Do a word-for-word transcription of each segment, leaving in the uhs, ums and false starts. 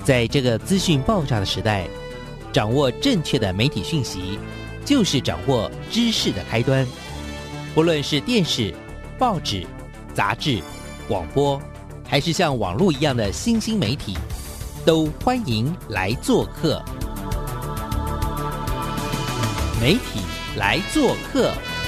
在这个资讯爆炸的时代，掌握正确的媒体讯息，就是掌握知识的开端。不论是电视、报纸、杂志、广播，还是像网络一样的新兴媒体，都欢迎来做客。媒体来做客。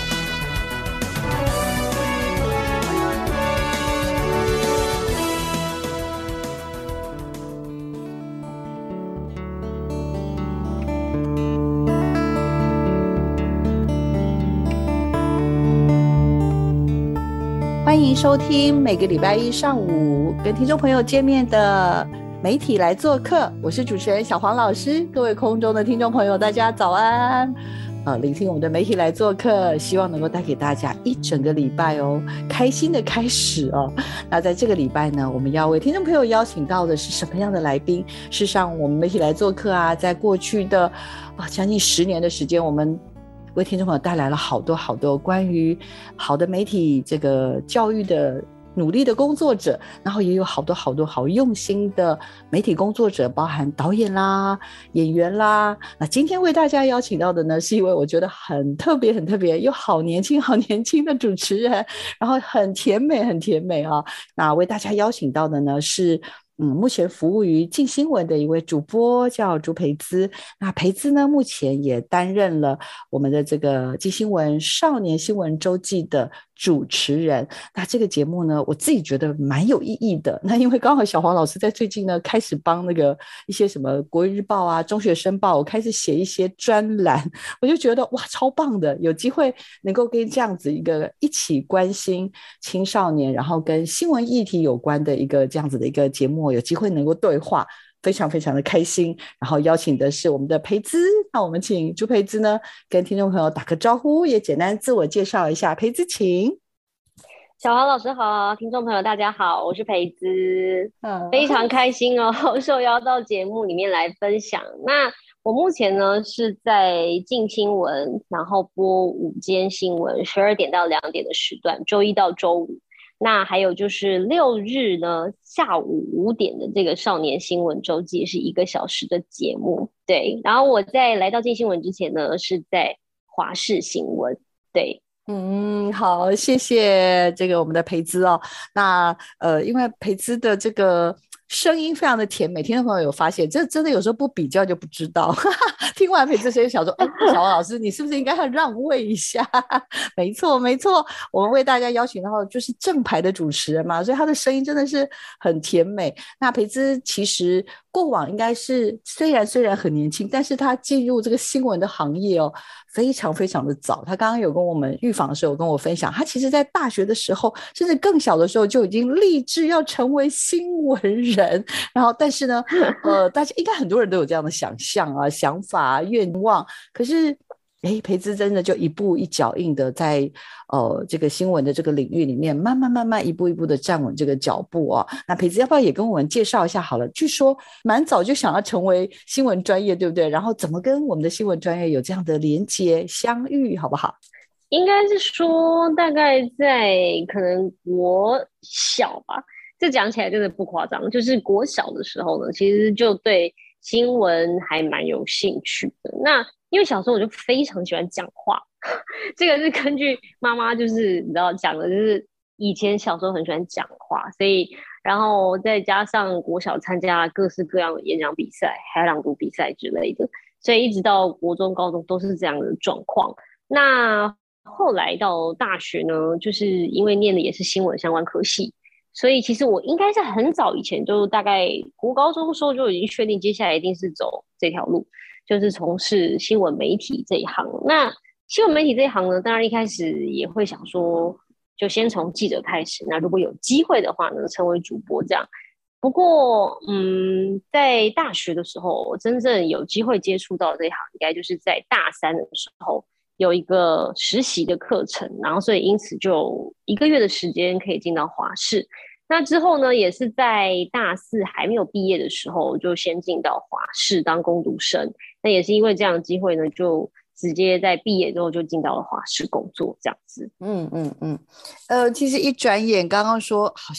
欢迎收听每个礼拜一上午跟听众朋友见面的媒体来做客，我是主持人小黄老师。各位空中的听众朋友大家早安。呃，聆听我们的媒体来做客，希望能够带给大家一整个礼拜哦开心的开始哦。那在这个礼拜呢，我们要为听众朋友邀请到的是什么样的来宾？事实上我们媒体来做客啊，在过去的啊将近十年的时间，我们为听众朋友带来了好多好多关于好的媒体这个教育的努力的工作者，然后也有好多好多好用心的媒体工作者，包含导演啦、演员啦。那今天为大家邀请到的呢，是一位我觉得很特别、很特别又好年轻、好年轻的主持人，然后很甜美、很甜美啊。那为大家邀请到的呢是。嗯，目前服务于镜新闻的一位主播叫朱培姿。那培姿呢，目前也担任了我们的这个镜新闻少年新闻周记的主持人。那这个节目呢，我自己觉得蛮有意义的。那因为刚好小黄老师在最近呢，开始帮那个一些什么国语日报啊、中学生报，我开始写一些专栏，我就觉得哇，超棒的！有机会能够跟这样子一个一起关心青少年，然后跟新闻议题有关的一个这样子的一个节目，有机会能够对话，非常非常的开心。然后邀请的是我们的培姿，那我们请朱培姿呢跟听众朋友打个招呼，也简单自我介绍一下。培姿请。 小黄老师好，听众朋友大家好，我是培姿、嗯、非常开心哦，受邀到节目里面来分享。那我目前呢是在镜新闻，然后播午间新闻十二点到两点的时段，周一到周五。那还有就是六日呢下午五点的这个少年新闻周记是一个小时的节目，对。然后我在来到镜新闻之前呢是在华视新闻，对。 嗯，好，谢谢这个我们的培姿哦。那呃，因为培姿的这个声音非常的甜美，听众朋友有发现，这真的有时候不比较就不知道。听完培姿声音，想说，哎，小王老师，你是不是应该要让位一下？没错，没错，我们为大家邀请到就是正牌的主持人嘛，所以他的声音真的是很甜美。那培姿其实过往应该是虽然虽然很年轻，但是他进入这个新闻的行业哦，非常非常的早。他刚刚有跟我们预访的时候跟我分享，他其实在大学的时候，甚至更小的时候就已经立志要成为新闻人。然后，但是呢，呃，大家应该很多人都有这样的想象啊、想法啊、愿望。可是，哎，培姿真的就一步一脚印的在呃这个新闻的这个领域里面，慢慢慢慢一步一步的站稳这个脚步啊。那培姿要不要也跟我们介绍一下好了？据说蛮早就想要成为新闻专业，对不对？然后怎么跟我们的新闻专业有这样的连接相遇，好不好？ 应该是说大概在可能国小吧，这讲起来真的不夸张，就是国小的时候呢，其实就对新闻还蛮有兴趣的。那因为小时候我就非常喜欢讲话，这个是根据妈妈就是你知道讲的，就是以前小时候很喜欢讲话，所以然后再加上国小参加各式各样的演讲比赛、还有朗读比赛之类的，所以一直到国中、高中都是这样的状况。那后来到大学呢，就是因为念的也是新闻相关科系，所以其实我应该是很早以前就大概国高中的时候就已经确定接下来一定是走这条路，就是从事新闻媒体这一行。那新闻媒体这一行呢，当然一开始也会想说就先从记者开始，那如果有机会的话呢，成为主播这样。不过嗯，在大学的时候我真正有机会接触到这一行，应该就是在大三的时候有一个实习的课程，然后所以因此就一个月的时间可以进到华视。那之后呢，也是在大四还没有毕业的时候，就先进到华视当工读生。那也是因为这样的机会呢，就直接在毕业之后就进到了华视工作，这样子。 嗯嗯嗯，呃，其实一转眼，刚刚说好像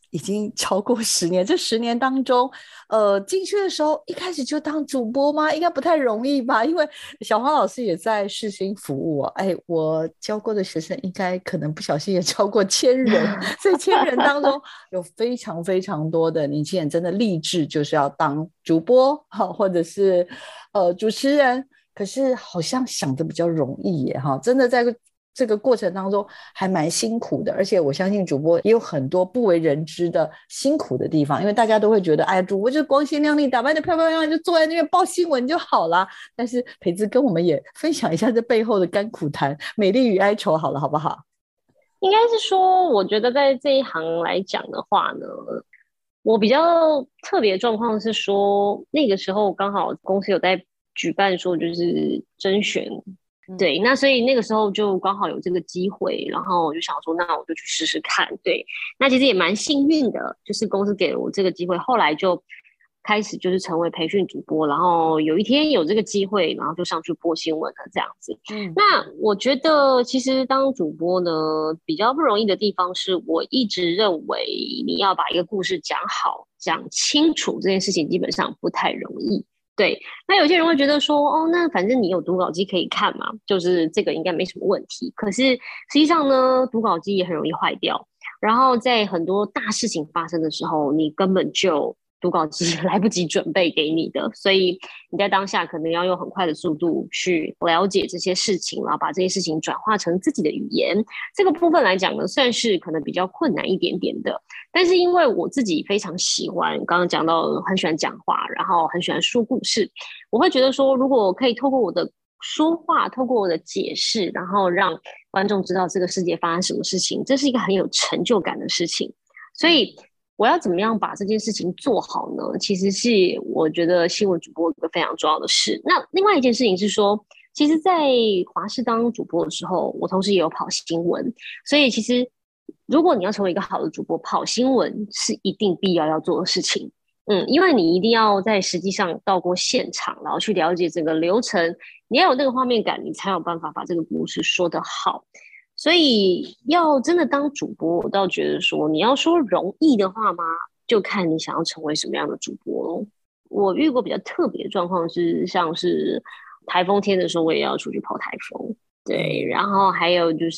已经超过十年，这十年当中，呃，进去的时候一开始就当主播吗？应该不太容易吧？因为小黄老师也在世新服务哦，哎，我教过的学生应该可能不小心也超过千人，所以千人当中有非常非常多的年轻人真的立志就是要当主播，或者是呃主持人，可是好像想的比较容易耶，哈，真的在这个过程当中还蛮辛苦的，而且我相信主播也有很多不为人知的辛苦的地方，因为大家都会觉得，哎呀，主播就光鲜亮丽，打扮得漂漂亮亮，就坐在那边报新闻就好啦。但是培姿跟我们也分享一下这背后的甘苦谈、美丽与哀愁，好了，好不好？ 应该是说，我觉得在这一行来讲的话呢，我比较特别的状况是说，那个时候刚好公司有在举办说就是甄选。对，那所以那个时候就刚好有这个机会，然后我就想说，那我就去试试看。对，那其实也蛮幸运的，就是公司给了我这个机会，后来就开始就是成为培训主播，然后有一天有这个机会，然后就上去播新闻了这样子。嗯，那我觉得其实当主播呢，比较不容易的地方是我一直认为你要把一个故事讲好、讲清楚这件事情，基本上不太容易。对，那有些人会觉得说，哦，那反正你有读稿机可以看嘛，就是这个应该没什么问题。可是实际上呢，读稿机也很容易坏掉，然后在很多大事情发生的时候，你根本就读稿机来不及准备给你的，所以你在当下可能要用很快的速度去了解这些事情，然后把这些事情转化成自己的语言。这个部分来讲呢，算是可能比较困难一点点的。但是因为我自己非常喜欢，刚刚讲到很喜欢讲话，然后很喜欢说故事，我会觉得说，如果我可以透过我的说话，透过我的解释，然后让观众知道这个世界发生什么事情，这是一个很有成就感的事情。所以我要怎么样把这件事情做好呢？其实是我觉得新闻主播一个非常重要的事。那另外一件事情是说，其实在华视当主播的时候，我同时也有跑新闻，所以其实如果你要成为一个好的主播，跑新闻是一定必要要做的事情。嗯，因为你一定要在实际上到过现场，然后去了解整个流程，你要有那个画面感，你才有办法把这个故事说得好。所以要真的当主播，我倒觉得说，你要说容易的话吗？就看你想要成为什么样的主播咯。我遇过比较特别的状况是，像是台风天的时候，我也要出去跑台风。对，然后还有就是，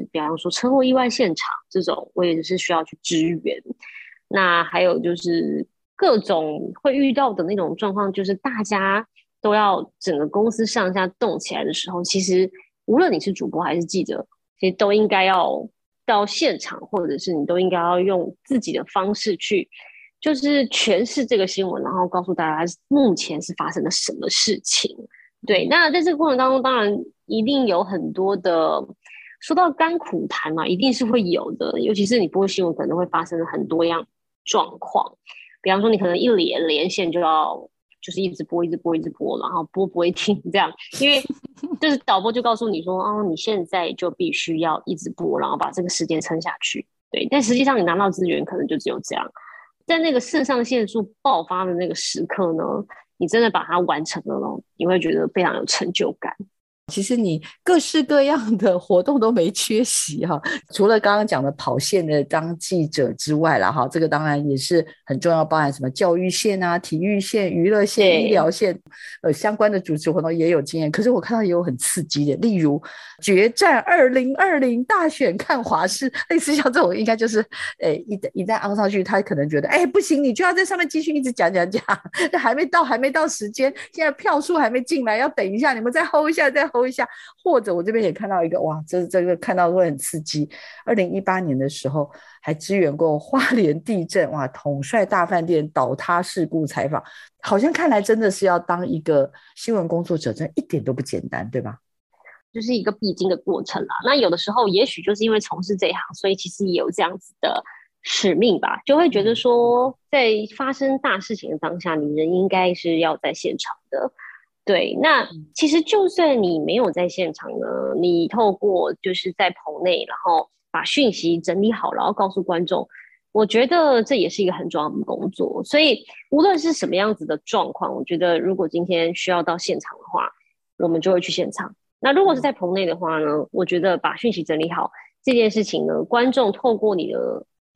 比方说车祸意外现场这种，我也是需要去支援。那还有就是各种会遇到的那种状况，就是大家都要整个公司上下动起来的时候，其实无论你是主播还是记者，其实都应该要到现场，或者是你都应该要用自己的方式去，就是诠释这个新闻，然后告诉大家目前是发生了什么事情。对，那在这个过程当中，当然一定有很多的，说到甘苦谈嘛，一定是会有的。尤其是你播新闻，可能会发生很多样状况。比方说，你可能一连连线就要就是一直播、一直播、一直播，然后播不会停这样，因为就是导播就告诉你说，哦，你现在就必须要一直播，然后把这个时间撑下去。对，但实际上你拿到资源可能就只有这样。在那个肾上腺素爆发的那个时刻呢，你真的把它完成了咯，你会觉得非常有成就感。 其实你各式各样的活动都没缺席哈，除了刚刚讲的跑线的当记者之外啦哈，这个当然也是很重要，包含什么教育线啊、体育线、娱乐线、医疗线，呃，相关的主持活动也有经验。可是我看到也有很刺激的，例如决战二零二零大选看华视，类似像这种，应该就是，诶，一一旦昂上去，他可能觉得，哎，不行，你就要在上面继续一直讲讲讲，还没到，还没到时间，现在票数还没进来，要等一下，你们再 hold 一下，再 hold。一下，或者我这边也看到一个，哇，这这个看到会很刺激。二零一八年的时候还支援过花莲地震，哇，统帅大饭店倒塌事故采访，好像看来真的是要当一个新闻工作者，真的一点都不简单，对吧？ 就是一个必经的过程啦。那有的时候，也许就是因为从事这一行，所以其实也有这样子的使命吧，就会觉得说，在发生大事情的当下，你人应该是要在现场的。对，那其实就算你没有在现场呢，你透过就是在棚内，然后把讯息整理好，然后告诉观众，我觉得这也是一个很重要的工作。所以无论是什么样子的状况，我觉得如果今天需要到现场的话，我们就会去现场。那如果是在棚内的话呢，我觉得把讯息整理好这件事情呢，观众透过你的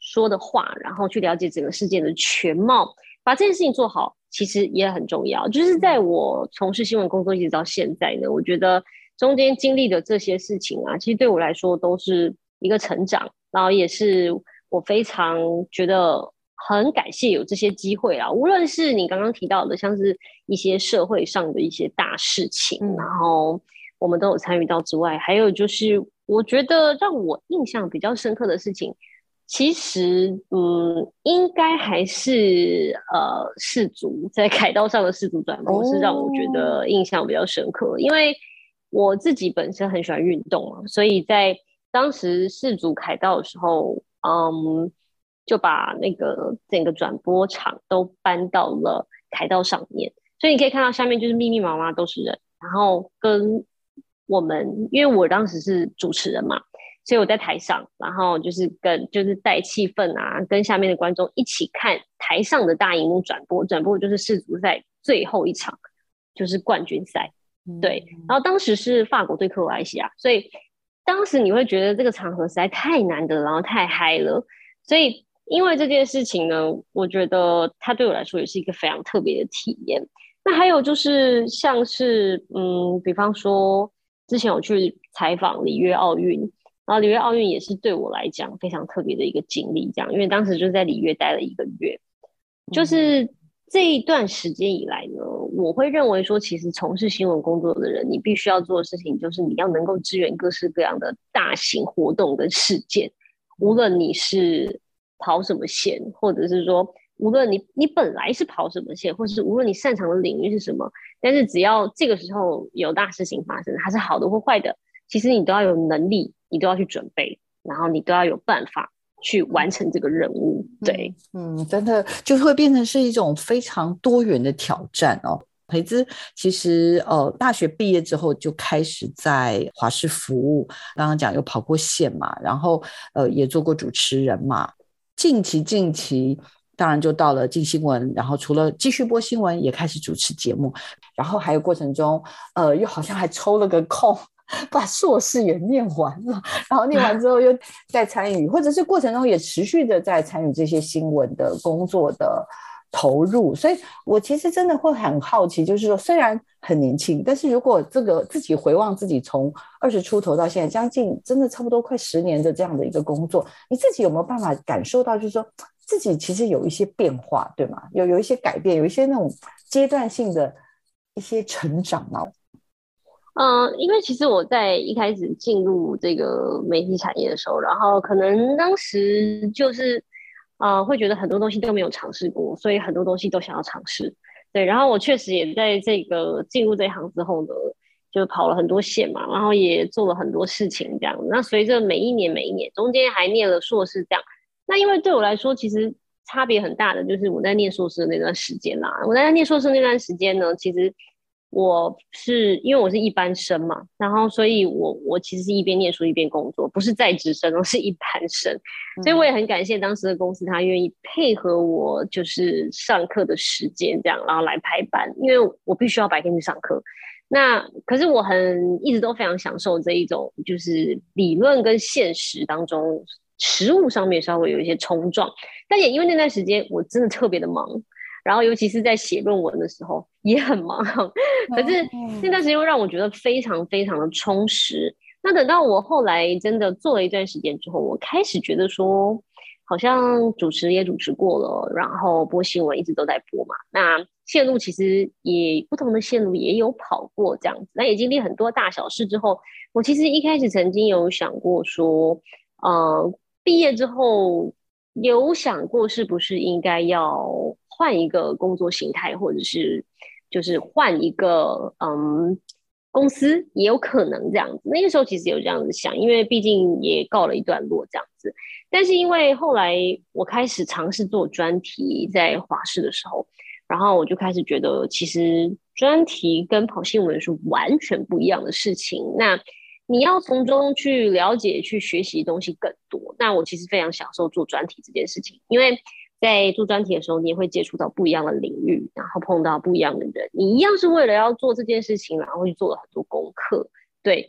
说的话，然后去了解整个事件的全貌，把这件事情做好，其实也很重要。就是在我从事新闻工作一直到现在呢，我觉得中间经历的这些事情啊，其实对我来说都是一个成长，然后也是我非常觉得很感谢有这些机会啊。无论是你刚刚提到的，像是一些社会上的一些大事情，嗯、然后我们都有参与到之外，还有就是我觉得让我印象比较深刻的事情。其实，嗯，应该还是呃，世足在凯道上的世足转播是让我觉得印象比较深刻，因为我自己本身很喜欢运动嘛，所以在当时世足凯道的时候，嗯，就把那个整个转播场都搬到了凯道上面，所以你可以看到下面就是密密麻麻都是人，然后跟我们，因为我当时是主持人嘛。所以我在台上，然后就是跟就是带气氛啊，跟下面的观众一起看台上的大荧幕转播，转播就是世足赛最后一场，就是冠军赛，对。然后当时是法国对克罗埃西亚，所以当时你会觉得这个场合实在太难得，然后太嗨了，所以因为这件事情呢，我觉得它对我来说也是一个非常特别的体验。那还有就是像是嗯，比方说之前我去采访里约奥运。然后里约奥运也是对我来讲非常特别的一个经历，这样，因为当时就在里约待了一个月，就是这一段时间以来呢，我会认为说，其实从事新闻工作的人，你必须要做的事情就是你要能够支援各式各样的大型活动跟事件，无论你是跑什么线，或者是说，无论你你本来是跑什么线，或者是无论你擅长的领域是什么，但是只要这个时候有大事情发生，它是好的或坏的，其实你都要有能力。你都要去准备，然后你都要有办法去完成这个任务。对， 嗯，嗯真的就会变成是一种非常多元的挑战哦。培姿其实呃大学毕业之后就开始在华视服务，刚刚讲有跑过线嘛，然后呃也做过主持人嘛。近期近期当然就到了镜新闻，然后除了继续播新闻，也开始主持节目，然后还有过程中呃又好像还抽了个空。把硕士也念完了，然后念完之后又再参与，或者是过程中也持续的在参与这些新闻的工作的投入。所以我其实真的会很好奇，就是说虽然很年轻，但是如果这个自己回望自己从二十出头到现在将近真的差不多快十年的这样的一个工作，你自己有没有办法感受到就是说自己其实有一些变化，对吗？有有一些改变，有一些那种阶段性的一些成长吗？ 嗯、呃，因为其实我在一开始进入这个媒体产业的时候，然后可能当时就是呃会觉得很多东西都没有尝试过，所以很多东西都想要尝试。对，然后我确实也在这个进入这一行之后呢，就跑了很多线嘛，然后也做了很多事情这样。那随着每一年每一年，中间还念了硕士这样。那因为对我来说，其实差别很大的就是我在念硕士的那段时间啦。我在念硕士那段时间呢，其实。我是因为我是一般生嘛，然后所以我我其实是一边念书一边工作，不是在职生哦，是一般生，所以我也很感谢当时的公司，他愿意配合我，就是上课的时间这样，然后来排班，因为我必须要白天去上课。那可是我很一直都非常享受这一种，就是理论跟现实当中，实务上面稍微有一些冲撞，但也因为那段时间我真的特别的忙。然后尤其是在写论文的时候也很忙，可是那段时间又让我觉得非常非常的充实。那等到我后来真的做了一段时间之后，我开始觉得说好像主持也主持过了，然后播新闻一直都在播嘛，那线路其实也不同的线路也有跑过这样子，那也经历很多大小事之后，我其实一开始曾经有想过说呃，毕业之后有想过是不是应该要换一个工作形态，或者是就是换一个嗯公司，也有可能这样子。那个时候其实有这样子想，因为毕竟也告了一段落这样子。但是因为后来我开始尝试做专题，在华视的时候，然后我就开始觉得，其实专题跟跑新闻是完全不一样的事情。那你要从中去了解、去学习的东西更多。那我其实非常享受做专题这件事情，因为在做专题的时候，你也会接触到不一样的领域，然后碰到不一样的人。你一样是为了要做这件事情，然后去做了很多功课。对，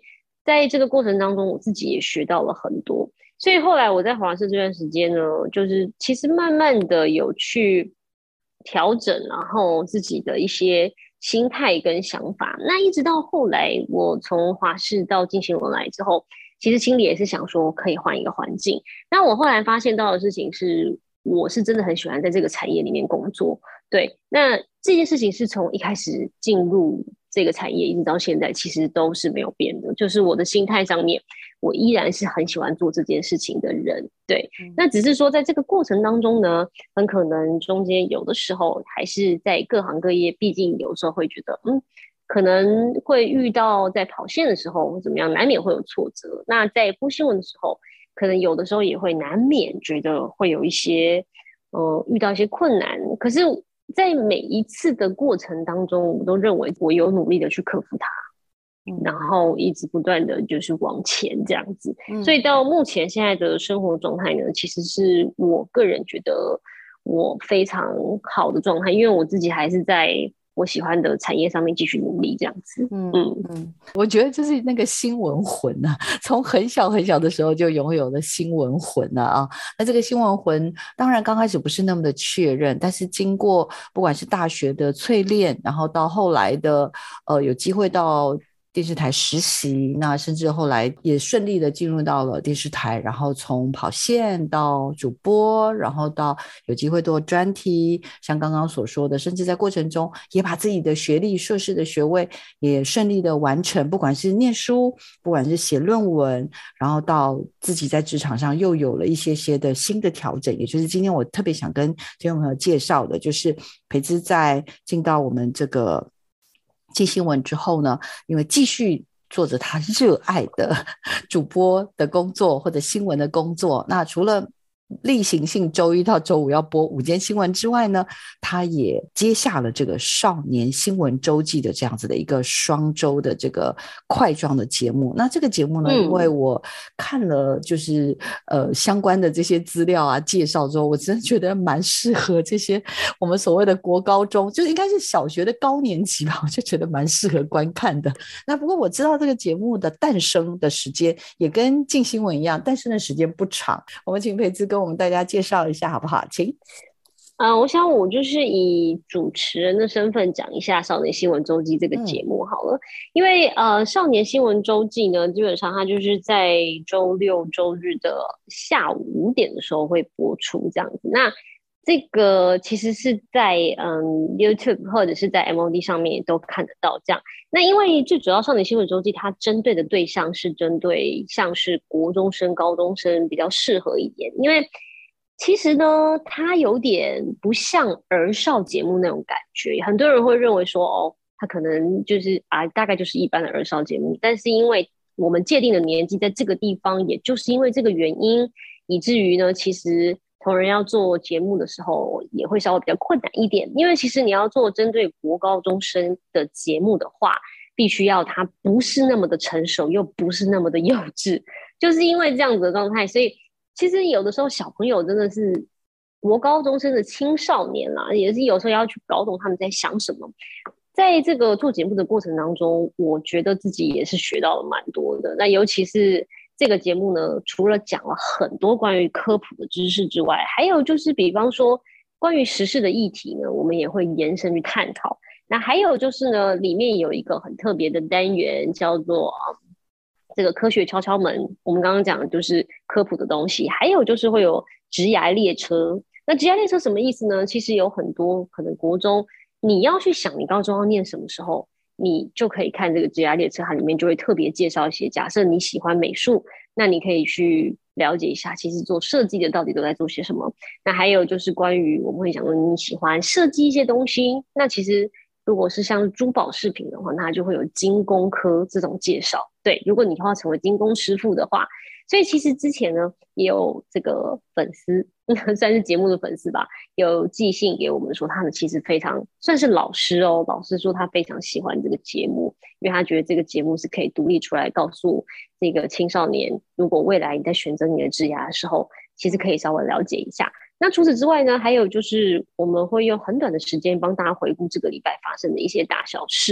在这个过程当中，我自己也学到了很多。所以后来我在华视这段时间呢，就是其实慢慢的有去调整，然后自己的一些心态跟想法。那一直到后来，我从华视到进新闻来之后，其实心里也是想说可以换一个环境。那我后来发现到的事情是，我是真的很喜欢在这个产业里面工作。对，那这件事情是从一开始进入这个产业一直到现在，其实都是没有变的。就是我的心态上面，我依然是很喜欢做这件事情的人。对，那只是说在这个过程当中呢，很可能中间有的时候还是在各行各业，毕竟有时候会觉得，嗯，可能会遇到在跑线的时候或怎么样，难免会有挫折。那在播新闻的时候，可能有的时候也会难免觉得会有一些，呃，遇到一些困难。可是在每一次的过程当中，我都认为我有努力的去克服它，嗯、然后一直不断的就是往前这样子。嗯、所以到目前现在的生活状态呢，其实是我个人觉得我非常好的状态，因为我自己还是在我喜欢的产业上面继续努力这样子。嗯嗯，我觉得就是那个新闻魂啊，从很小很小的时候就拥有了新闻魂啊啊。那这个新闻魂当然刚开始不是那么的确认，但是经过不管是大学的淬炼，然后到后来的呃有机会到电视台实习，那甚至后来也顺利的进入到了电视台，然后从跑线到主播，然后到有机会做专题，像刚刚所说的，甚至在过程中也把自己的学历硕士的学位也顺利的完成，不管是念书，不管是写论文，然后到自己在职场上又有了一些些的新的调整，也就是今天我特别想跟听众朋友介绍的，就是培姿在进到我们这个进新闻之后呢，因为继续做着他热爱的主播的工作或者新闻的工作，那除了例行性周一到周五要播午间新闻之外呢，他也接下了这个少年新闻周记的这样子的一个双周的这个块状的节目。那这个节目呢，因为我看了就是呃相关的这些资料啊介绍之后，我真的觉得蛮适合这些我们所谓的国高中，就应该是小学的高年级吧，我就觉得蛮适合观看的。那不过我知道这个节目的诞生的时间也跟进新闻一样，诞生的时间不长，我们请培姿跟我们大家介绍一下好不好？请。 呃，我想我就是以主持人的身份讲一下《少年新闻周记》这个节目好了，嗯、因为呃，《少年新闻周记》呢，基本上它就是在周六周日的下午五点的时候会播出这样子。那这个其实是在嗯 YouTube 或者是在 M O D 上面都看得到这样。那因为最主要《少年新闻周记》它针对的对象是针对像是国中生、高中生比较适合一点，因为其实呢，它有点不像儿少节目那种感觉。很多人会认为说，哦，它可能就是啊，大概就是一般的儿少节目。但是因为我们界定的年纪在这个地方，也就是因为这个原因，以至于呢，其实同仁要做节目的时候，也会稍微比较困难一点。因为其实你要做针对国高中生的节目的话，必须要它不是那么的成熟，又不是那么的幼稚。就是因为这样子的状态，所以其实有的时候小朋友真的是国高中生的青少年啦，也是有时候要去搞懂他们在想什么。在这个做节目的过程当中，我觉得自己也是学到了蛮多的。那尤其是这个节目呢，除了讲了很多关于科普的知识之外，还有就是比方说关于时事的议题呢，我们也会延伸去探讨。那还有就是呢，里面有一个很特别的单元叫做这个科学敲敲门，我们刚刚讲的就是科普的东西。还有就是会有职涯列车。那职涯列车什么意思呢？其实有很多可能国中你要去想你高中要念什么时候，你就可以看这个职涯列车，它里面就会特别介绍一些，假设你喜欢美术，那你可以去了解一下其实做设计的到底都在做些什么。那还有就是关于我们会讲说你喜欢设计一些东西，那其实如果是像珠宝饰品的话，那就会有精工科这种介绍。对，如果你要成为精工师傅的话，所以其实之前呢也有这个粉丝算是节目的粉丝吧，有寄信给我们说他们其实非常算是老师哦，老师说他非常喜欢这个节目，因为他觉得这个节目是可以独立出来告诉这个青少年，如果未来你在选择你的职业的时候，其实可以稍微了解一下。那除此之外呢，还有就是我们会用很短的时间帮大家回顾这个礼拜发生的一些大小事，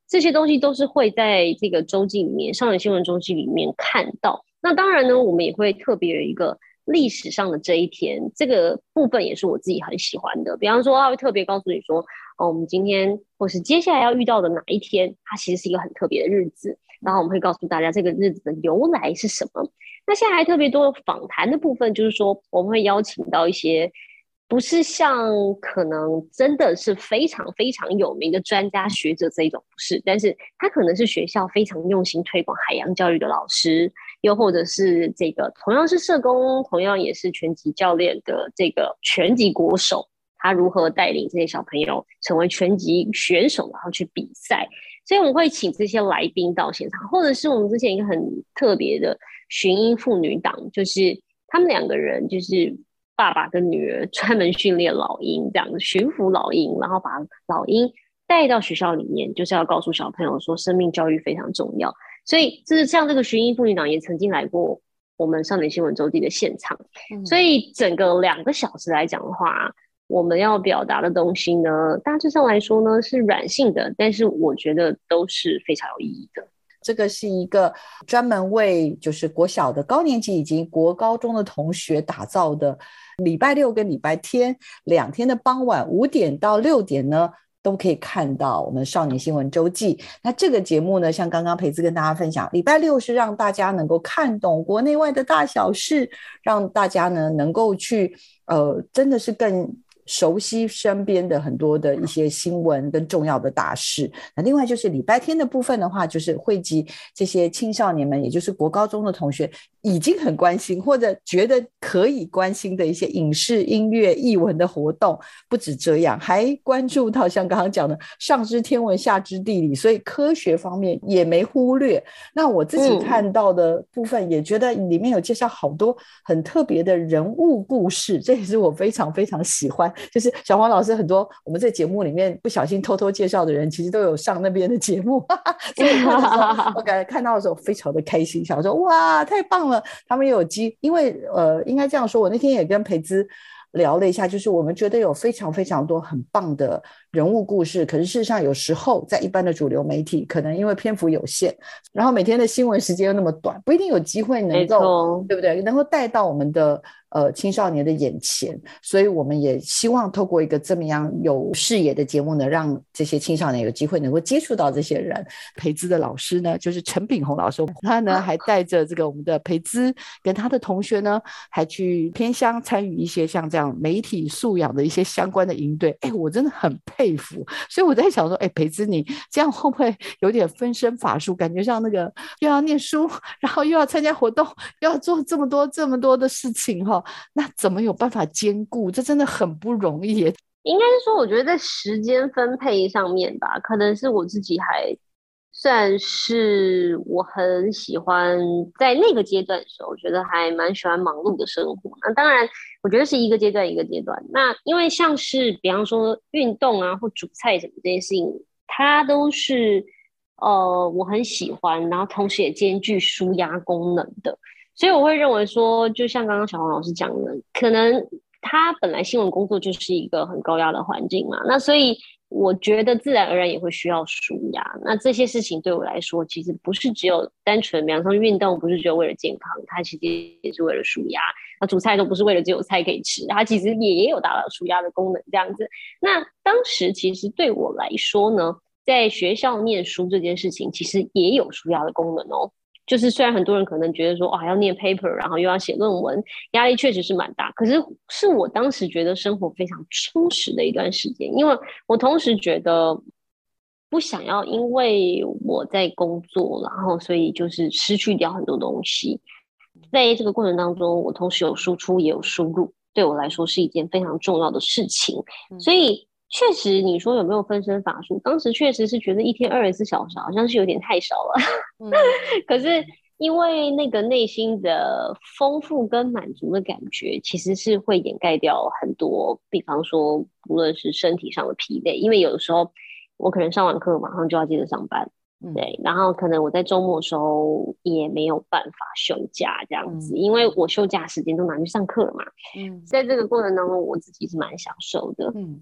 这些东西都是会在这个周记里面，少年新闻周记里面看到。那当然呢，我们也会特别有一个历史上的这一天，这个部分也是我自己很喜欢的。比方说，他会特别告诉你说，哦，我们今天或是接下来要遇到的哪一天，它其实是一个很特别的日子。然后我们会告诉大家这个日子的由来是什么。那现在还特别多访谈的部分，就是说我们会邀请到一些不是像可能真的是非常非常有名的专家学者这一种，不是，但是他可能是学校非常用心推广海洋教育的老师，又或者是这个同样是社工，同样也是拳击教练的这个拳击国手，他如何带领这些小朋友成为拳击选手，然后去比赛。所以我们会请这些来宾到现场，或者是我们之前一个很特别的寻鹰妇女党，就是他们两个人就是爸爸跟女儿专门训练老鹰，这样子驯服老鹰，然后把老鹰带到学校里面，就是要告诉小朋友说生命教育非常重要。所以就是像这个寻鹰妇女党也曾经来过我们少年新闻周记的现场、嗯、所以整个两个小时来讲的话，我们要表达的东西呢，大致上来说呢是软性的，但是我觉得都是非常有意义的。 这个是一个专门为就是国小的高年级以及国高中的同学打造的，礼拜六跟礼拜天两天的傍晚五点到六点呢都可以看到我们少年新闻周记。那这个节目呢，像刚刚培姿跟大家分享，礼拜六是让大家能够看懂国内外的大小事，让大家呢能够去呃真的是更熟悉身边的很多的一些新闻跟重要的大事。那另外就是礼拜天的部分的话，就是汇集这些青少年们，也就是国高中的同学已经很关心或者觉得可以关心的一些影视、音乐、艺文的活动。不止这样，还关注到像刚刚讲的上知天文下知地理，所以科学方面也没忽略。那我自己看到的部分也觉得里面有介绍好多很特别的人物故事，这也是我非常非常喜欢。就是小黄老师很多我们这节目里面不小心偷偷介绍的人，其实都有上那边的节目所以我感觉看到的时候非常的开心，想说哇太棒了，他们有机因为呃应该这样说，我那天也跟培姿聊了一下，就是我们觉得有非常非常多很棒的人物故事，可是事实上有时候在一般的主流媒体可能因为篇幅有限，然后每天的新闻时间又那么短，不一定有机会能够对不对能够带到我们的呃青少年的眼前。所以我们也希望透过一个这么样有视野的节目呢，让这些青少年有机会能够接触到这些人。培姿的老师呢就是陈炳宏老师，他呢还带着这个我们的培姿跟他的同学呢还去偏乡参与一些像这样媒体素养的一些相关的营队。哎，我真的很佩服。所以我在想说，哎，培姿你这样会不会有点分身乏术，感觉像那个又要念书，然后又要参加活动，又要做这么多这么多的事情哈，那怎么有办法兼顾？这真的很不容易耶。 应该是说我觉得在时间分配上面吧，可能是我自己还算是我很喜欢在那个阶段的时候，我觉得还蛮喜欢忙碌的生活。那当然我觉得是一个阶段一个阶段，那因为像是比方说运动啊或煮菜什么这些事情，它都是呃我很喜欢，然后同时也兼具抒压功能的。所以我会认为说，就像刚刚小黄老师讲的，可能他本来新闻工作就是一个很高压的环境嘛，那所以我觉得自然而然也会需要抒压。那这些事情对我来说，其实不是只有单纯，比方说运动不是只有为了健康，它其实也是为了抒压。那煮菜都不是为了只有菜可以吃，它其实也有达到抒压的功能这样子。那当时其实对我来说呢，在学校念书这件事情，其实也有抒压的功能哦。就是虽然很多人可能觉得说哦，要念 paper 然后又要写论文，压力确实是蛮大，可是是我当时觉得生活非常充实的一段时间。因为我同时觉得不想要因为我在工作然后所以就是失去掉很多东西，在这个过程当中我同时有输出也有输入，对我来说是一件非常重要的事情。所以确实你说有没有分身乏术，当时确实是觉得一天二十四小时好像是有点太少了嗯、可是因为那个内心的丰富跟满足的感觉其实是会掩盖掉很多，比方说无论是身体上的疲累，因为有的时候我可能上完课马上就要接着上班、嗯、对，然后可能我在周末的时候也没有办法休假这样子、嗯、因为我休假时间都拿去上课了嘛、嗯、在这个过程当中我自己是蛮享受的。嗯，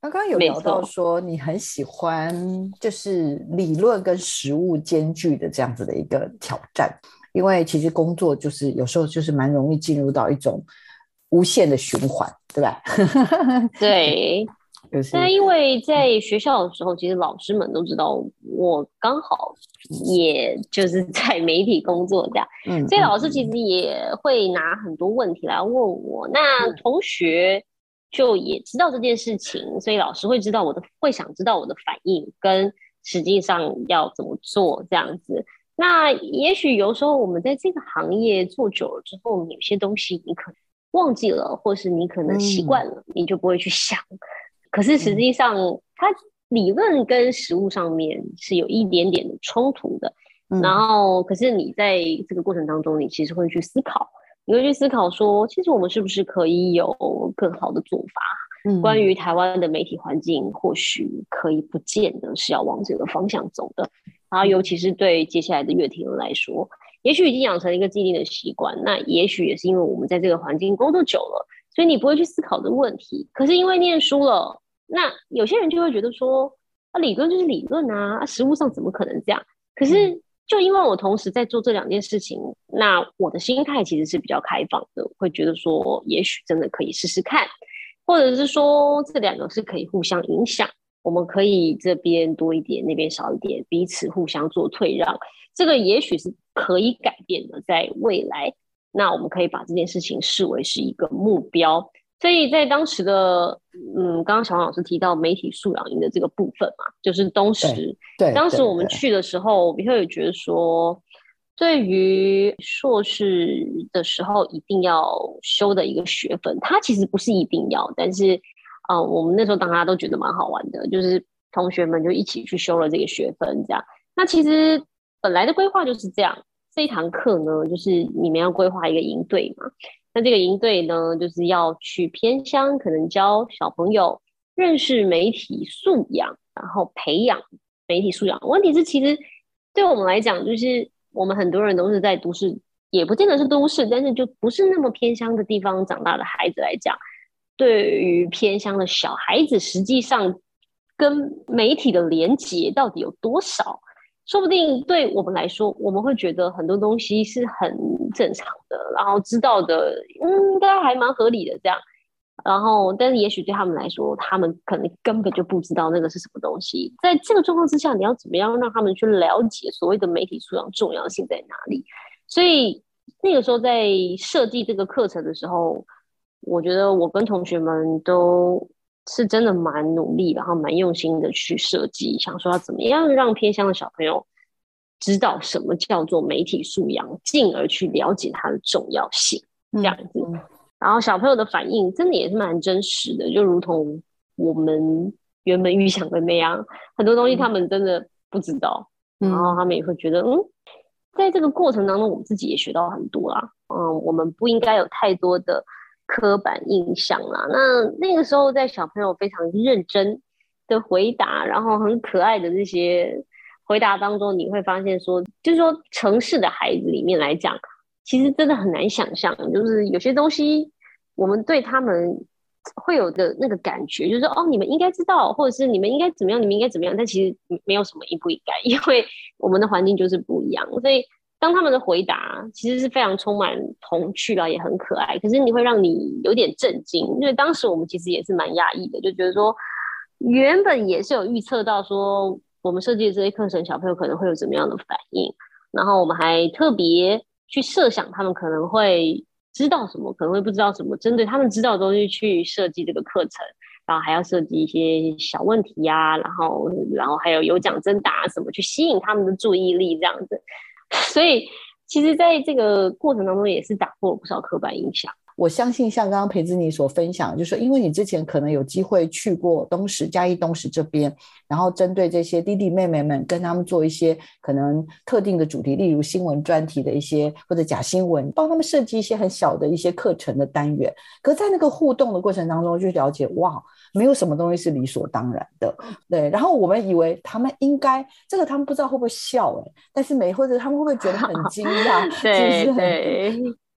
刚刚有聊到说你很喜欢就是理论跟实务兼具的这样子的一个挑战，因为其实工作就是有时候就是蛮容易进入到一种无限的循环，对吧？ 对， 就是， 但因为在学校的时候，其实老师们都知道我刚好也就是在媒体工作这样，嗯，所以老师其实也会拿很多问题来问我。那同学就也知道这件事情，所以老师会知道我的，会想知道我的反应跟实际上要怎么做这样子。那也许有时候我们在这个行业做久了之后，有些东西你可能忘记了，或是你可能习惯了，嗯、你就不会去想。可是实际上，嗯、它理论跟实务上面是有一点点的冲突的。嗯、然后，可是你在这个过程当中，你其实会去思考。你会去思考说，其实我们是不是可以有更好的做法？嗯，关于台湾的媒体环境，或许可以不见得是要往这个方向走的。然后，尤其是对接下来的乐听人来说，也许已经养成一个既定的习惯，那也许也是因为我们在这个环境工作久了，所以你不会去思考这个问题。可是因为念书了，那有些人就会觉得说，啊，理论就是理论啊，啊，实务上怎么可能这样？可是，就因为我同时在做这两件事情，那我的心态其实是比较开放的，会觉得说也许真的可以试试看，或者是说这两个是可以互相影响，我们可以这边多一点，那边少一点，彼此互相做退让，这个也许是可以改变的，在未来，那我们可以把这件事情视为是一个目标。所以在当时的，嗯，刚刚小王老师提到媒体素养营的这个部分嘛，就是东石， 对， 当时我们去的时候，我们会觉得说，对于硕士的时候一定要修的一个学分，它其实不是一定要，但是，呃，我们那时候大家都觉得蛮好玩的，就是同学们就一起去修了这个学分，这样。那其实本来的规划就是这样，这一堂课呢，就是你们要规划一个营队嘛。那这个营队呢，就是要去偏乡，可能教小朋友认识媒体素养，然后培养媒体素养。问题是，其实对我们来讲，就是我们很多人都是在都市，也不见得是都市，但是就不是那么偏乡的地方长大的孩子来讲，对于偏乡的小孩子，实际上跟媒体的连结到底有多少？说不定对我们来说，我们会觉得很多东西是很正常的，然后知道的，嗯，应该还蛮合理的这样。然后，但是也许对他们来说，他们可能根本就不知道那个是什么东西。在这个状况之下，你要怎么样让他们去了解所谓的媒体素养重要性在哪里？所以那个时候在设计这个课程的时候，我觉得我跟同学们都是真的蛮努力，然后蛮用心的去设计，想说要怎么样让偏乡的小朋友知道什么叫做媒体素养，进而去了解它的重要性，这样子。嗯嗯、然后小朋友的反应真的也是蛮真实的，就如同我们原本预想的那样，很多东西他们真的不知道，嗯、然后他们也会觉得，嗯，在这个过程当中，我们自己也学到很多啦。嗯，我们不应该有太多的刻板印象啦。那那个时候在小朋友非常认真的回答，然后很可爱的这些回答当中，你会发现说，就是说城市的孩子里面来讲，其实真的很难想象，就是有些东西我们对他们会有的那个感觉，就是说哦，你们应该知道，或者是你们应该怎么样，你们应该怎么样，但其实没有什么应不应该，因为我们的环境就是不一样，所以当他们的回答其实是非常充满童趣啊，也很可爱，可是你会让你有点震惊，因为当时我们其实也是蛮讶异的，就觉得说原本也是有预测到说我们设计的这些课程小朋友可能会有怎么样的反应，然后我们还特别去设想他们可能会知道什么，可能会不知道什么，针对他们知道的东西去设计这个课程，然后还要设计一些小问题呀、啊，然后然后还有有奖征答什么，去吸引他们的注意力这样子。所以其实在这个过程当中也是打破了不少刻板印象。 我相信像刚刚裴姿妮所分享，就是因为你之前可能有机会去过东石嘉义东石这边，然后针对这些弟弟妹妹们跟他们做一些可能特定的主题，例如新闻专题的一些或者假新闻，帮他们设计一些很小的一些课程的单元。可是在那个互动的过程当中就了解，哇，没有什么东西是理所当然的，对。然后我们以为他们应该这个，他们不知道会不会笑、欸、但是没，或者他们会不会觉得很惊讶对对，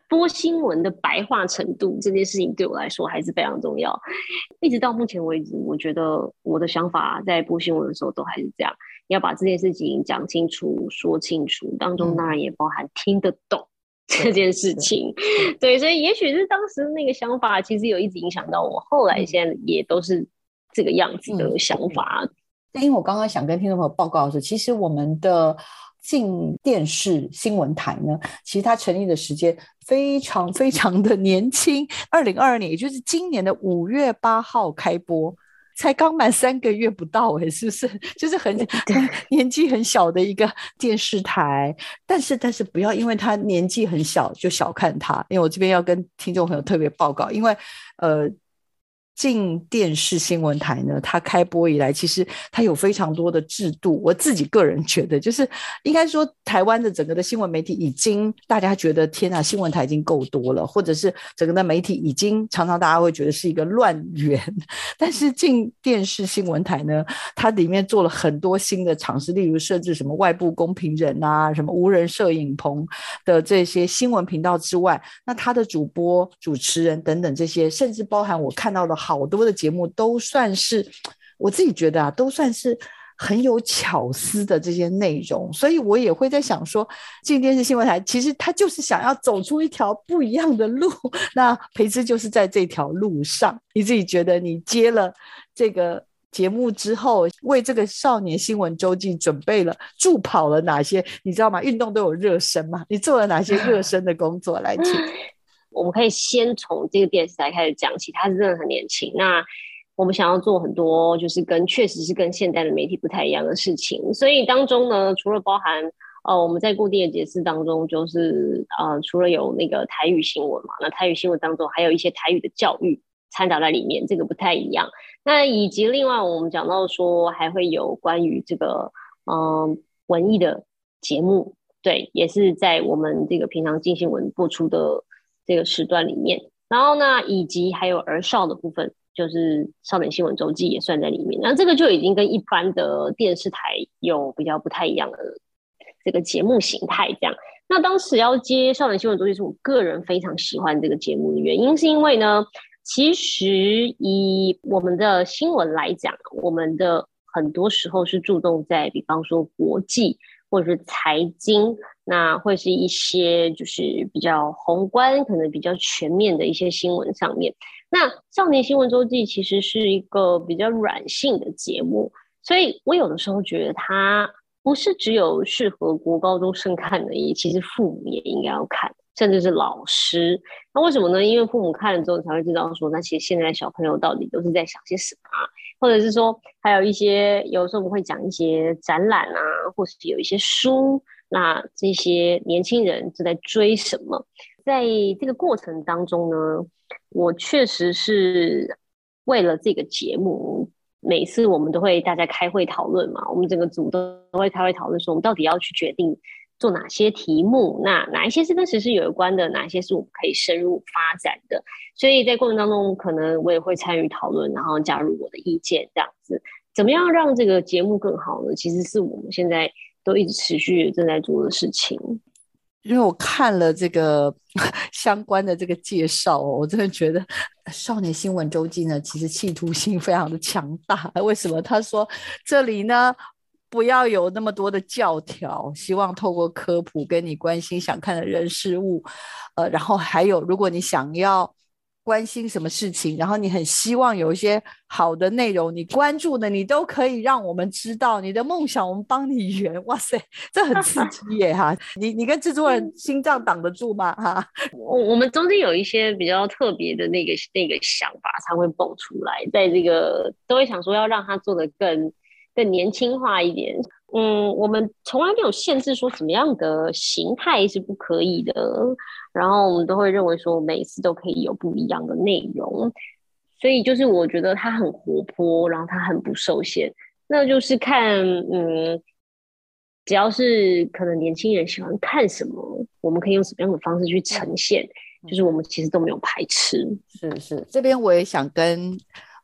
播新闻的白话程度这件事情对我来说还是非常重要。一直到目前为止，我觉得我的想法在播新闻的时候都还是这样，要把这件事情讲清楚说清楚，当中当然也包含听得懂这件事情。对，所以也许是当时那个想法其实有一直影响到我，后来现在也都是这个样子的想法。嗯嗯、因为我刚刚想跟听众朋友报告的是，其实我们的镜电视新闻台呢，其实它成立的时间非常非常的年轻，二零二二年，也就是今年的五月八号开播，才刚满三个月不到哎，是不是？就是很年纪很小的一个电视台，但是但是不要因为它年纪很小就小看它，因为我这边要跟听众朋友特别报告，因为呃。镜电视新闻台呢，它开播以来，其实它有非常多的制度。我自己个人觉得，就是应该说，台湾的整个的新闻媒体已经大家觉得天啊，新闻台已经够多了，或者是整个的媒体已经常常大家会觉得是一个乱源。但是镜电视新闻台呢，它里面做了很多新的尝试，例如设置什么外部公评人啊，什么无人摄影棚的这些新闻频道之外，那它的主播、主持人等等这些，甚至包含我看到的好多的节目都算是，我自己觉得啊，都算是很有巧思的这些内容，所以我也会在想说，镜电视新闻台其实它就是想要走出一条不一样的路，那培姿就是在这条路上。你自己觉得你接了这个节目之后，为这个少年新闻周记准备了助跑了哪些？你知道吗？运动都有热身嘛，你做了哪些热身的工作？来，请。 我们可以先从这个电视台开始讲起，它是真的很年轻。那我们想要做很多就是跟确实是跟现代的媒体不太一样的事情，所以当中呢，除了包含呃我们在固定的节次当中，就是呃除了有那个台语新闻嘛，那台语新闻当中还有一些台语的教育掺杂在里面，这个不太一样。那以及另外我们讲到说还会有关于这个嗯、呃、文艺的节目，对，也是在我们这个平常镜新闻播出的这个时段里面，然后呢，以及还有儿少的部分，就是少年新闻周记也算在里面。那这个就已经跟一般的电视台有比较不太一样的这个节目形态这样。那当时要接少年新闻周记，是我个人非常喜欢这个节目的原因，是因为呢，其实以我们的新闻来讲，我们的很多时候是注重在，比方说国际或者是财经。那会是一些就是比较宏观可能比较全面的一些新闻上面。那少年新闻周记其实是一个比较软性的节目，所以我有的时候觉得它不是只有适合国高中生看的，也其实父母也应该要看，甚至是老师。那为什么呢？因为父母看了之后才会知道说，那其实现在小朋友到底都是在想些什么啊，或者是说还有一些有时候我们会讲一些展览啊，或是有一些书，那这些年轻人是在追什么？在这个过程当中呢，我确实是为了这个节目，每次我们都会大家开会讨论嘛，我们整个组都会开会讨论说，我们到底要去决定做哪些题目，那哪一些是跟时事有关的，哪一些是我们可以深入发展的。所以在过程当中，可能我也会参与讨论，然后加入我的意见，这样子。怎么样让这个节目更好呢？其实是我们现在都一直持续正在做的事情。 因为我看了这个相关的这个介绍、哦、我真的觉得少年新闻周记呢，其实企图心非常的强大。为什么？他说这里呢不要有那么多的教条，希望透过科普跟你关心想看的人事物，呃，然后还有如果你想要关心什么事情，然后你很希望有一些好的内容你关注的，你都可以让我们知道你的梦想，我们帮你圆。哇塞，这很刺激耶哈！你你跟制作人心脏挡得住吗？哈， 我我们中间有一些比较特别的那个那个想法才会蹦出来，在这个都会想说要让它做得更更年轻化一点。嗯，我们从来没有限制说什么样的形态是不可以的，然后我们都会认为说每一次都可以有不一样的内容，所以就是我觉得它很活泼，然后它很不受限，那就是看嗯，只要是可能年轻人喜欢看什么，我们可以用什么样的方式去呈现，就是我们其实都没有排斥。 是是，这边我也想跟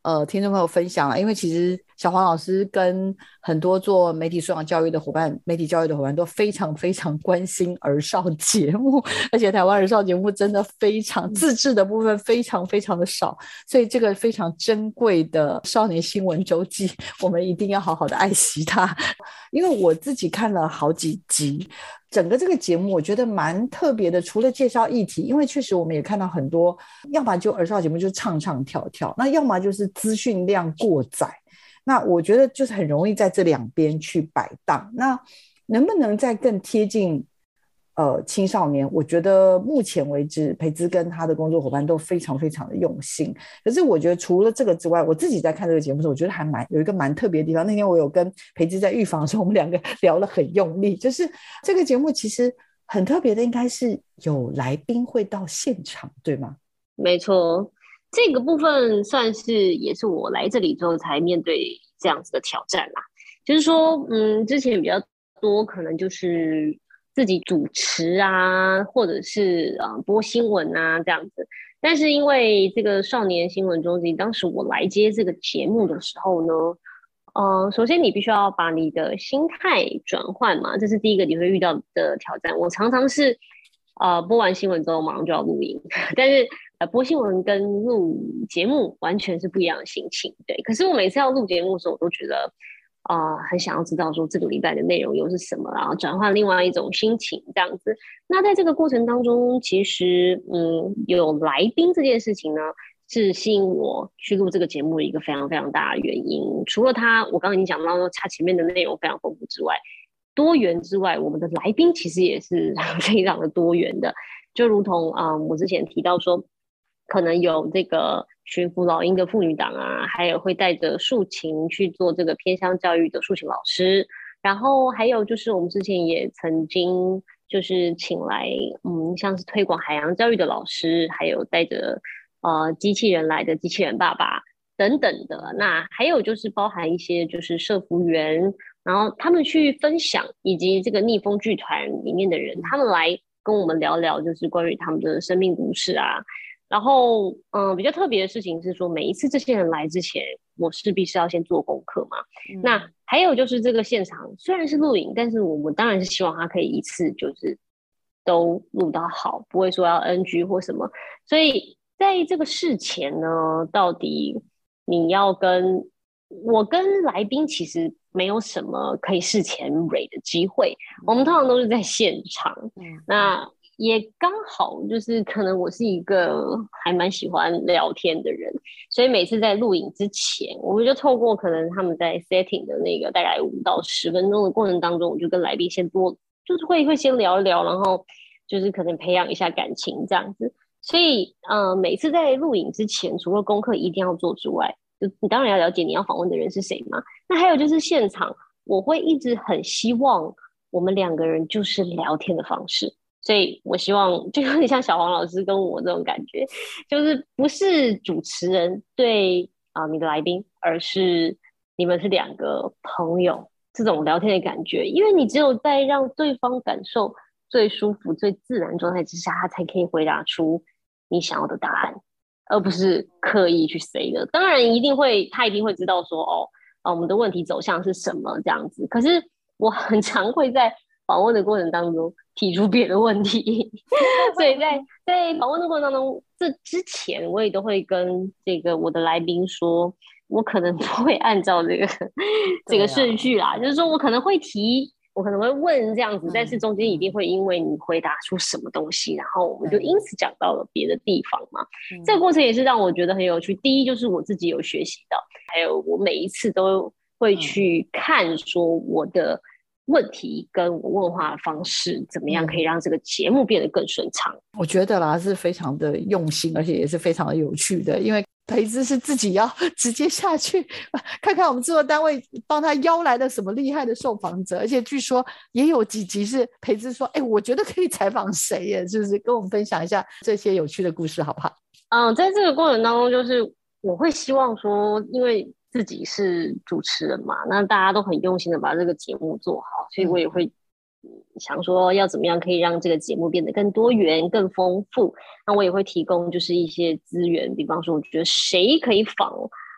呃听众朋友分享了，因为其实小黄老师跟很多做媒体素养教育的伙伴、媒体教育的伙伴都非常非常关心儿少节目，而且台湾儿少节目真的非常自制的部分非常非常的少，所以这个非常珍贵的少年新闻周记，我们一定要好好的爱惜它。因为我自己看了好几集，整个这个节目我觉得蛮特别的，除了介绍议题，因为确实我们也看到很多，要么就儿少节目就唱唱跳跳，那要么就是资讯量过载，那我觉得就是很容易在这两边去摆荡。那能不能再更贴近呃青少年？我觉得目前为止培姿跟他的工作伙伴都非常非常的用心。可是我觉得除了这个之外，我自己在看这个节目的时候，我觉得还蛮有一个蛮特别的地方。那天我有跟培姿在预防的时候，我们两个聊了很用力，就是这个节目其实很特别的，应该是有来宾会到现场，对吗？ 没错，这个部分算是也是我来这里之后才面对这样子的挑战啦。就是说，嗯，之前比较多可能就是自己主持啊，或者是啊、呃、播新闻啊这样子。但是因为这个少年新闻周记，当时我来接这个节目的时候呢，呃，首先你必须要把你的心态转换嘛，这是第一个你会遇到的挑战。我常常是呃播完新闻之后马上就要录音，但是呃播新闻跟录节目完全是不一样的心情，对。可是我每次要录节目的时候，我都觉得啊、呃，很想要知道说这个礼拜的内容又是什么，然后转换另外一种心情这样子。那在这个过程当中，其实嗯，有来宾这件事情呢，是吸引我去录这个节目的一个非常非常大的原因。除了他，我刚刚已经讲到说他前面的内容非常丰富之外，多元之外，我们的来宾其实也是非常的多元的。就如同啊、呃，我之前提到说，可能有这个群扶老鹰的妇女党啊，还有会带着竖琴去做这个偏乡教育的竖琴老师，然后还有就是我们之前也曾经就是请来，嗯，像是推广海洋教育的老师，还有带着呃机器人来的机器人爸爸等等的。那还有就是包含一些就是社福员，然后他们去分享，以及这个逆风剧团里面的人，他们来跟我们聊聊，就是关于他们的生命故事啊。然后，嗯，比较特别的事情是说，每一次这些人来之前，我势必是要先做功课嘛。嗯、那还有就是这个现场虽然是录影，但是我们当然是希望他可以一次就是都录到好，不会说要 N G 或什么。所以在这个事前呢，到底你要跟我跟来宾其实没有什么可以事前蕊的机会，我们通常都是在现场。嗯、那也刚好就是可能我是一个还蛮喜欢聊天的人，所以每次在录影之前，我们就透过可能他们在 setting 的那个大概五到十分钟的过程当中，我就跟来宾先多就是会会先聊一聊，然后就是可能培养一下感情这样子。所以呃，每次在录影之前，除了功课一定要做之外，就你当然要了解你要访问的人是谁嘛。那还有就是现场，我会一直很希望我们两个人就是聊天的方式。所以我希望就有点像小黄老师跟我这种感觉，就是不是主持人对啊、呃、你的来宾，而是你们是两个朋友这种聊天的感觉。因为你只有在让对方感受最舒服、最自然状态之下，他才可以回答出你想要的答案，而不是刻意去 say 的。当然一定会，他一定会知道说哦，啊我们的问题走向是什么这样子。可是我很常会在访问的过程当中提出别的问题，所以在在访问的过程当中，这之前我也都会跟这个我的来宾说，我可能不会按照这个这个顺序啦，就是说我可能会提，我可能会问这样子，但是中间一定会因为你回答出什么东西，然后我们就因此讲到了别的地方嘛。这个过程也是让我觉得很有趣。第一就是我自己有学习到，还有我每一次都会去看说我的问题跟我问话的方式怎么样可以让这个节目变得更顺畅。 我觉得啦是非常的用心，而且也是非常的有趣的，因为培姿是自己要直接下去看看我们制作单位帮他邀来的什么厉害的受访者，而且据说也有几集是培姿说哎，我觉得可以采访谁耶，是不是跟我们分享一下这些有趣的故事好不好？ 嗯，在这个过程当中就是我会希望说，因为自己是主持人嘛，那大家都很用心的把这个节目做好，所以我也会想说要怎么样可以让这个节目变得更多元更丰富。那我也会提供就是一些资源，比方说我觉得谁可以访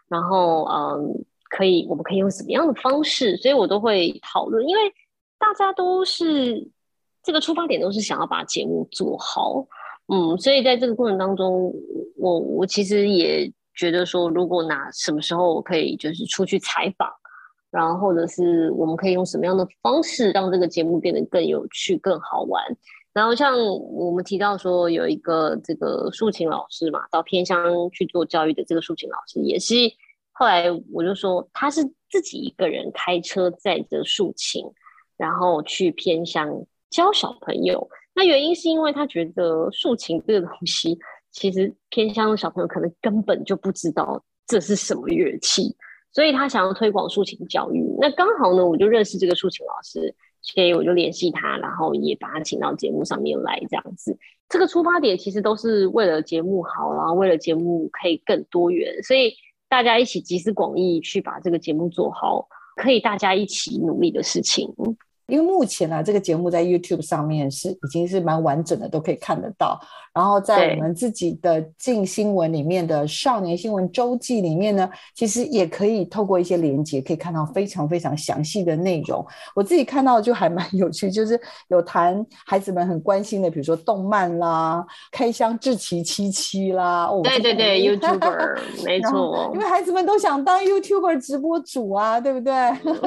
然后嗯，可以我们可以用什么样的方式，所以我都会讨论，因为大家都是这个出发点都是想要把节目做好。嗯，所以在这个过程当中，我我其实也觉得说，如果哪什么时候我可以就是出去采访，然后或者是我们可以用什么样的方式让这个节目变得更有趣、更好玩。然后像我们提到说有一个这个竖琴老师嘛，到偏乡去做教育的这个竖琴老师，也是后来我就说他是自己一个人开车载着竖琴，然后去偏乡教小朋友。那原因是因为他觉得竖琴这个东西，其实偏乡的小朋友可能根本就不知道这是什么乐器，所以他想要推广竖琴教育。那刚好呢，我就认识这个竖琴老师，所以我就联系他，然后也把他请到节目上面来，这样子。这个出发点其实都是为了节目好，然后为了节目可以更多元，所以大家一起集思广益去把这个节目做好，可以大家一起努力的事情。 因为目前啊，这个节目在 YouTube 上面是已经是蛮完整的，都可以看得到。然后在我们自己的镜新闻里面的少年新闻周记里面呢，其实也可以透过一些连结，可以看到非常非常详细的内容。我自己看到就还蛮有趣，就是有谈孩子们很关心的，比如说动漫啦、开箱志祺七七啦。哦、 对对对，YouTuber 没错， 因为孩子们都想当 YouTuber 直播主啊，对不对？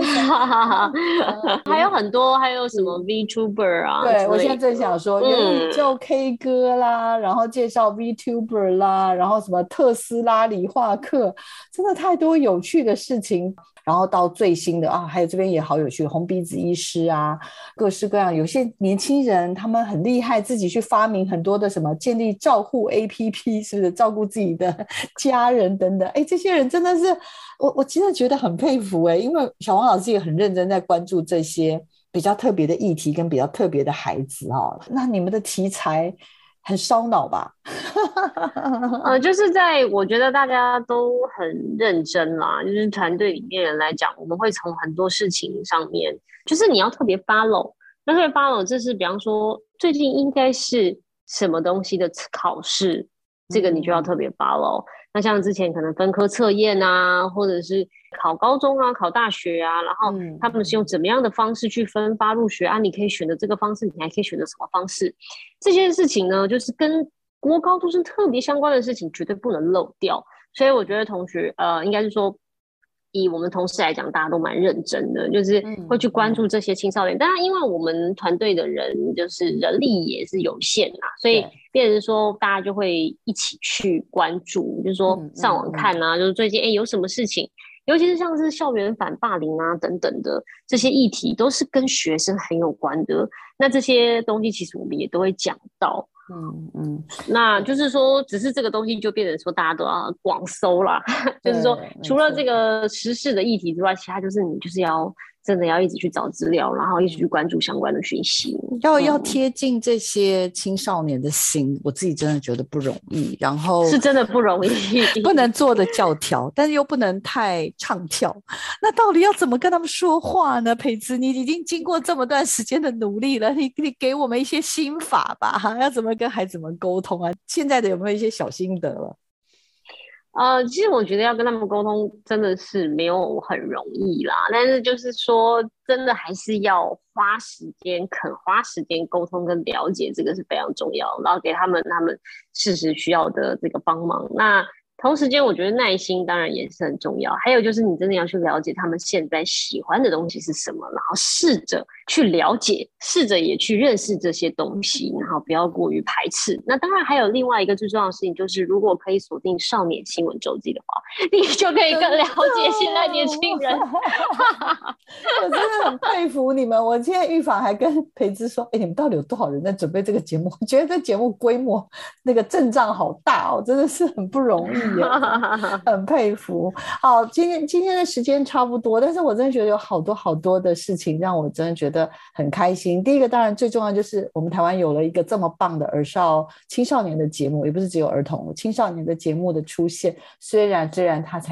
还有很多，还有什么 VTuber 啊？ 对，我现在正想说，元宇宙 K 歌啦，嗯、然后介绍 VTuber 啦，然后什么特斯拉理化课，真的太多有趣的事情。然后到最新的啊，还有这边也好有趣，红鼻子医师啊，各式各样。有些年轻人他们很厉害，自己去发明很多的什么建立照护 A P P， 是不是照顾自己的家人等等？哎，这些人真的是我我真的觉得很佩服哎，因为小王老师也很认真在关注这些比较特别的议题跟比较特别的孩子哦。那你们的题材很烧脑吧？ 呃，就是在我觉得大家都很认真啦，就是团队里面人来讲，我们会从很多事情上面，就是你要特别 follow， 那特别 follow， 这是比方说最近应该是什么东西的考试，这个你就要特别 follow。嗯、那像之前可能分科测验啊，或者是考高中啊、考大学啊，然后他们是用怎么样的方式去分发入学啊？你可以选择这个方式，你还可以选择什么方式？这些事情呢，就是跟国高中生特别相关的事情，绝对不能漏掉。所以我觉得同学，呃，应该是说，以我们同事来讲，大家都蛮认真的，就是会去关注这些青少年。当然，因为我们团队的人就是人力也是有限啊，所以变成说大家就会一起去关注，就是说上网看啊，就是最近哎有什么事情。尤其是像是校园反霸凌啊等等的这些议题，都是跟学生很有关的。那这些东西其实我们也都会讲到，嗯嗯。那就是说，只是这个东西就变成说大家都要广搜啦，就是说除了这个时事的议题之外，其他就是你就是要真的要一直去找资料，然后一直去关注相关的讯息， 要、嗯、要贴近这些青少年的心，我自己真的觉得不容易。然后是真的不容易， 不能做的教条，但是又不能太唱跳。那到底要怎么跟他们说话呢？培姿，你已经经过这么段时间的努力了，你你给我们一些心法吧，要怎么跟孩子们沟通啊？现在的有没有一些小心得了？ 呃，其实我觉得要跟他们沟通真的是没有很容易啦，但是就是说真的还是要花时间，肯花时间沟通跟了解，这个是非常重要，然后给他们他们适时需要的这个帮忙。那同时间我觉得耐心当然也是很重要，还有就是你真的要去了解他们现在喜欢的东西是什么，然后试着去了解，试着也去认识这些东西，然后不要过于排斥。那当然还有另外一个最重要的事情，就是如果可以锁定少年新闻周记的话，你就可以更了解现在年轻人。 我真的很佩服你们。我今天预防还跟培姿说，哎，你们到底有多少人在准备这个节目？我觉得这节目规模那个阵仗好大哦，真的是很不容易。很佩服。好，今天今天的时间差不多，但是我真的觉得有好多好多的事情让我真的觉得很开心。第一个当然最重要就是我们台湾有了一个这么棒的儿少青少年的节目，也不是只有儿童青少年的节目的出现，虽然虽然它才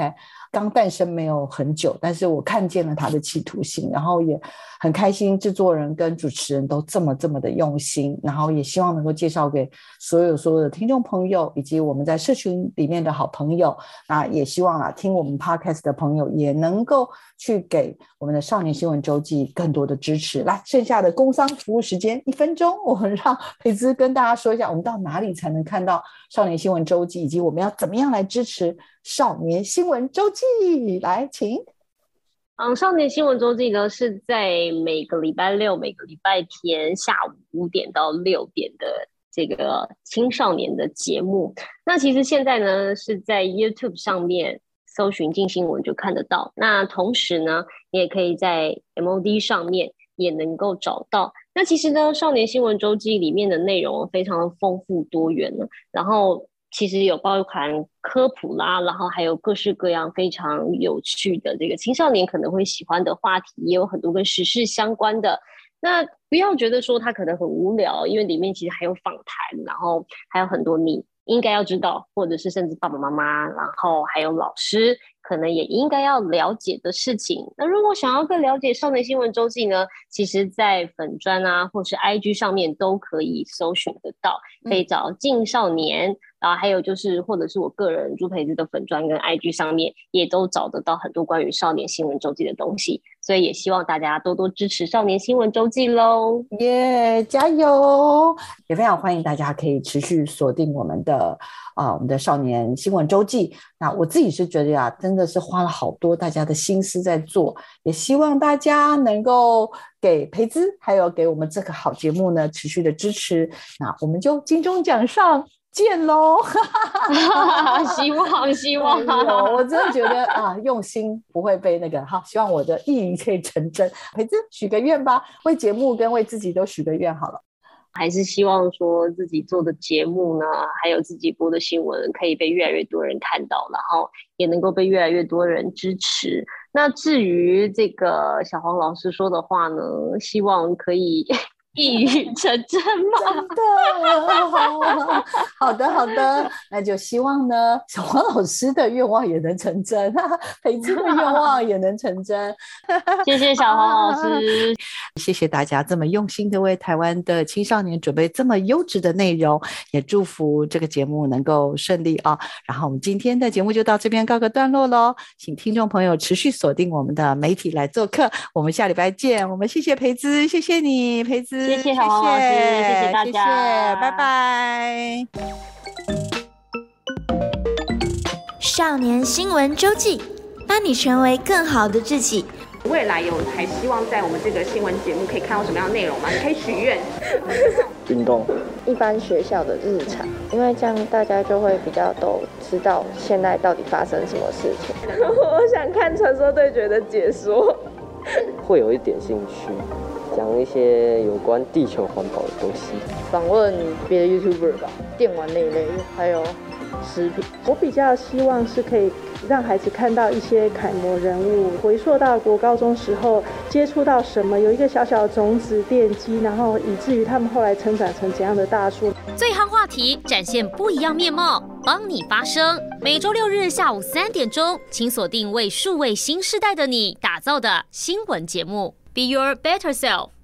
刚诞生没有很久，但是我看见了他的企图心，然后也很开心制作人跟主持人都这么这么的用心，然后也希望能够介绍给所有所有的听众朋友以及我们在社群里面的好朋友，那也希望啊听我们 podcast 的朋友也能够去给我们的少年新闻周记更多的支持。来，剩下的工商服务时间一分钟，我们让培姿跟大家说一下我们到哪里才能看到少年新闻周记，以及我们要怎么样来支持少年新闻周记。来，请。 嗯，少年新闻周记呢是在每个礼拜六、每个礼拜天下午五点到六点的这个青少年的节目。那其实现在呢是在 YouTube 上面搜寻静新闻就看得到。那同时呢，你也可以在 M O D 上面也能够找到。那其实呢，少年新闻周记里面的内容非常的丰富多元呢，然后其实有包含科普啦，然后还有各式各样非常有趣的这个青少年可能会喜欢的话题，也有很多跟时事相关的。那不要觉得说它可能很无聊，因为里面其实还有访谈，然后还有很多你应该要知道，或者是甚至爸爸妈妈，然后还有老师可能也应该要了解的事情。那如果想要更了解少年新闻周记呢，其实在粉专啊或是 I G 上面都可以搜寻得到，可以找静少年、嗯、然后还有就是或者是我个人朱培姿的粉专跟 I G 上面也都找得到很多关于少年新闻周记的东西，所以也希望大家多多支持少年新闻周记咯。 耶、yeah, 加油，也非常欢迎大家可以持续锁定我们的啊、呃，我们的少年新闻周记。那我自己是觉得呀，真的是花了好多大家的心思在做，也希望大家能够给培姿还有给我们这个好节目呢持续的支持。那我们就金钟奖上见咯希望希望我真的觉得啊，用心不会被那个好，希望我的意淫可以成真。培姿许个愿吧，为节目跟为自己都许个愿好了。 还是希望说自己做的节目呢，还有自己播的新闻可以被越来越多人看到，然后也能够被越来越多人支持。那至于这个小黄老师说的话呢，希望可以一语成真吗？ 真的好的好的，那就希望呢小黄老师的愿望也能成真，培姿的愿望也能成真。 谢谢小黄老师谢谢大家这么用心的为台湾的青少年准备这么优质的内容，也祝福这个节目能够顺利啊。然后我们今天的节目就到这边告个段落咯，请听众朋友持续锁定我们的媒体来做客，我们下礼拜见。我们谢谢培姿，谢谢你培姿， 谢谢小黄老师，谢谢大家， 谢谢，拜拜。 少年新闻周记，帮你成为更好的自己。 未来有还希望在我们这个新闻节目可以看到什么样的内容吗？你可以许愿。 运动， 一般学校的日常，因为这样大家就会比较都知道现在到底发生什么事情。 我想看传说对决的解说， 会有一点兴趣。讲一些有关地球环保的东西， 访问别的 YouTuber 吧，电玩那一类，还有食品。 我比较希望是可以让孩子看到一些楷模人物，回溯到国高中时候接触到什么，有一个小小的种子奠基，然后以至于他们后来成长成怎样的大树。 最夯话题展现不一样面貌，帮你发声。每周六日下午三点钟，请锁定为数位新世代的你打造的新闻节目。Be your better self。